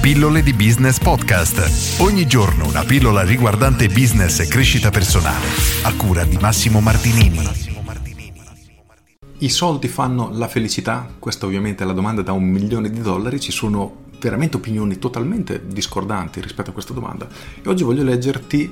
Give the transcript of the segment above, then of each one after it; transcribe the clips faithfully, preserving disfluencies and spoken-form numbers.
Pillole di Business Podcast. Ogni giorno una pillola riguardante business e crescita personale. A cura di Massimo Martinini. I soldi fanno la felicità? Questa ovviamente è la domanda da un milione di dollari. Ci sono veramente opinioni totalmente discordanti rispetto a questa domanda. E oggi voglio leggerti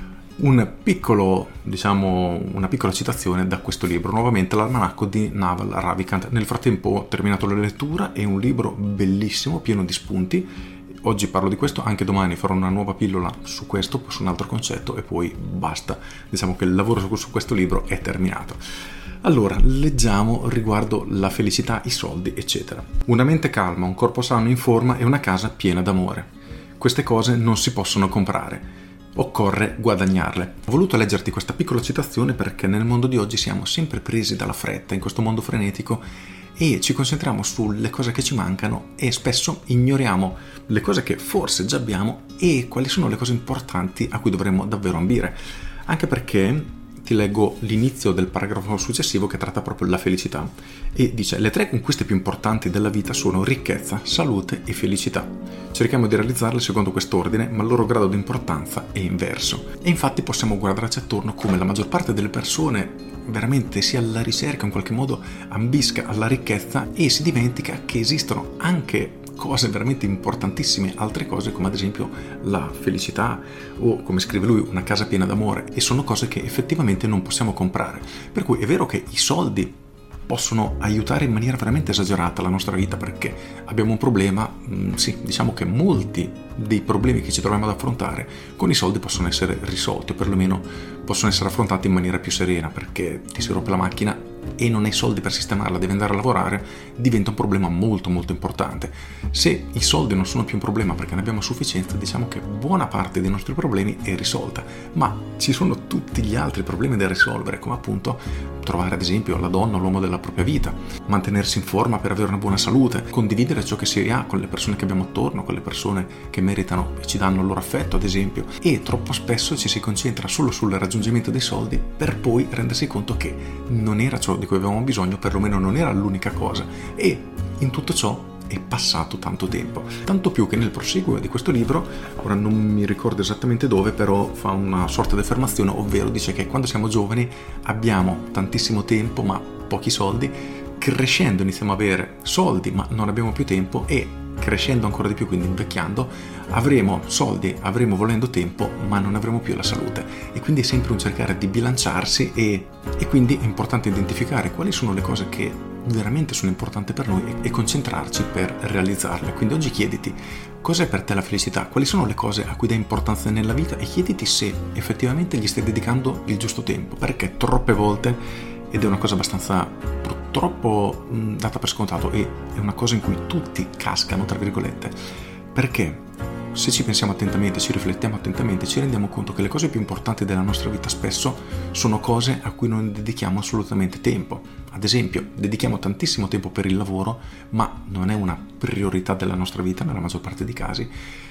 un piccolo, diciamo, una piccola citazione da questo libro, nuovamente l'almanacco di Naval Ravikant. Nel frattempo ho terminato la lettura, è un libro bellissimo, pieno di spunti. Oggi parlo di questo, anche domani farò una nuova pillola su questo, su un altro concetto e poi basta. Diciamo che il lavoro su, su questo libro è terminato. Allora, leggiamo riguardo la felicità, i soldi, eccetera. Una mente calma, un corpo sano in forma e una casa piena d'amore. Queste cose non si possono comprare. Occorre guadagnarle. Ho voluto leggerti questa piccola citazione perché nel mondo di oggi siamo sempre presi dalla fretta, in questo mondo frenetico, e ci concentriamo sulle cose che ci mancano e spesso ignoriamo le cose che forse già abbiamo e quali sono le cose importanti a cui dovremmo davvero ambire. Anche perché ti leggo l'inizio del paragrafo successivo che tratta proprio la felicità e dice: le tre conquiste più importanti della vita sono ricchezza, salute e felicità. Cerchiamo di realizzarle secondo quest'ordine, ma il loro grado di importanza è inverso. E infatti possiamo guardarci attorno come la maggior parte delle persone veramente sia alla ricerca, in qualche modo ambisca alla ricchezza e si dimentica che esistono anche cose veramente importantissime, altre cose come ad esempio la felicità o, come scrive lui, una casa piena d'amore, e sono cose che effettivamente non possiamo comprare. Per cui è vero che i soldi possono aiutare in maniera veramente esagerata la nostra vita, perché abbiamo un problema, mh, sì, diciamo che molti dei problemi che ci troviamo ad affrontare con i soldi possono essere risolti, o perlomeno possono essere affrontati in maniera più serena, perché ti si rompe la macchina e non hai soldi per sistemarla, devi andare a lavorare, diventa un problema molto molto importante. Se i soldi non sono più un problema perché ne abbiamo a sufficienza, diciamo che buona parte dei nostri problemi è risolta, ma ci sono tutti gli altri problemi da risolvere, come appunto trovare ad esempio la donna o l'uomo della propria vita, mantenersi in forma per avere una buona salute, condividere ciò che si ha con le persone che abbiamo attorno, con le persone che meritano e ci danno il loro affetto ad esempio, e troppo spesso ci si concentra solo sul raggiungimento dei soldi per poi rendersi conto che non era ciò di cui avevamo bisogno, perlomeno non era l'unica cosa, e in tutto ciò è passato tanto tempo, tanto più che nel proseguo di questo libro, ora non mi ricordo esattamente dove, però fa una sorta di affermazione, ovvero dice che quando siamo giovani abbiamo tantissimo tempo ma pochi soldi, crescendo iniziamo ad avere soldi ma non abbiamo più tempo, e crescendo ancora di più, quindi invecchiando, avremo soldi, avremo volendo tempo, ma non avremo più la salute. E quindi è sempre un cercare di bilanciarsi e, e quindi è importante identificare quali sono le cose che veramente sono importanti per noi e, e concentrarci per realizzarle. Quindi oggi chiediti: cos'è per te la felicità? Quali sono le cose a cui dai importanza nella vita? E chiediti se effettivamente gli stai dedicando il giusto tempo, perché troppe volte, ed è una cosa abbastanza purtroppo mh, data per scontato, e è una cosa in cui tutti cascano tra virgolette, perché se ci pensiamo attentamente, ci riflettiamo attentamente, ci rendiamo conto che le cose più importanti della nostra vita spesso sono cose a cui non dedichiamo assolutamente tempo. Ad esempio, dedichiamo tantissimo tempo per il lavoro, ma non è una priorità della nostra vita nella maggior parte dei casi.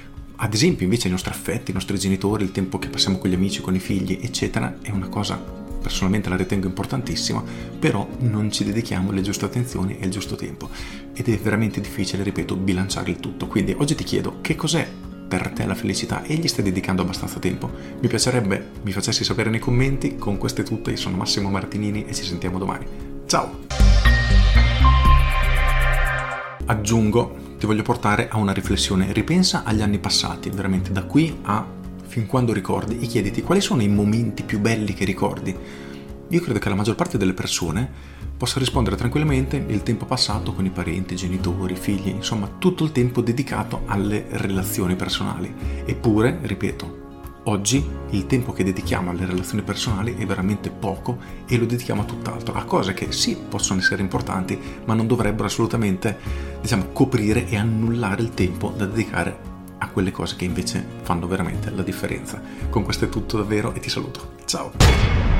Ad esempio, invece, i nostri affetti, i nostri genitori, il tempo che passiamo con gli amici, con i figli, eccetera, è una cosa, personalmente la ritengo importantissima, però non ci dedichiamo le giuste attenzioni e il giusto tempo, ed è veramente difficile, ripeto, bilanciare il tutto. Quindi oggi ti chiedo: che cos'è per te la felicità e gli stai dedicando abbastanza tempo? Mi piacerebbe mi facessi sapere nei commenti. Con questo è tutto, io sono Massimo Martinini e ci sentiamo domani. Ciao! Aggiungo, ti voglio portare a una riflessione. Ripensa agli anni passati, veramente da qui a fin quando ricordi, e chiediti quali sono i momenti più belli che ricordi. Io credo che la maggior parte delle persone possa rispondere tranquillamente il tempo passato con i parenti, i genitori, i figli, insomma tutto il tempo dedicato alle relazioni personali. Eppure, ripeto, oggi il tempo che dedichiamo alle relazioni personali è veramente poco e lo dedichiamo a tutt'altro, a cose che sì possono essere importanti, ma non dovrebbero assolutamente, diciamo, coprire e annullare il tempo da dedicare a quelle cose che invece fanno veramente la differenza. Con questo è tutto davvero e ti saluto. Ciao!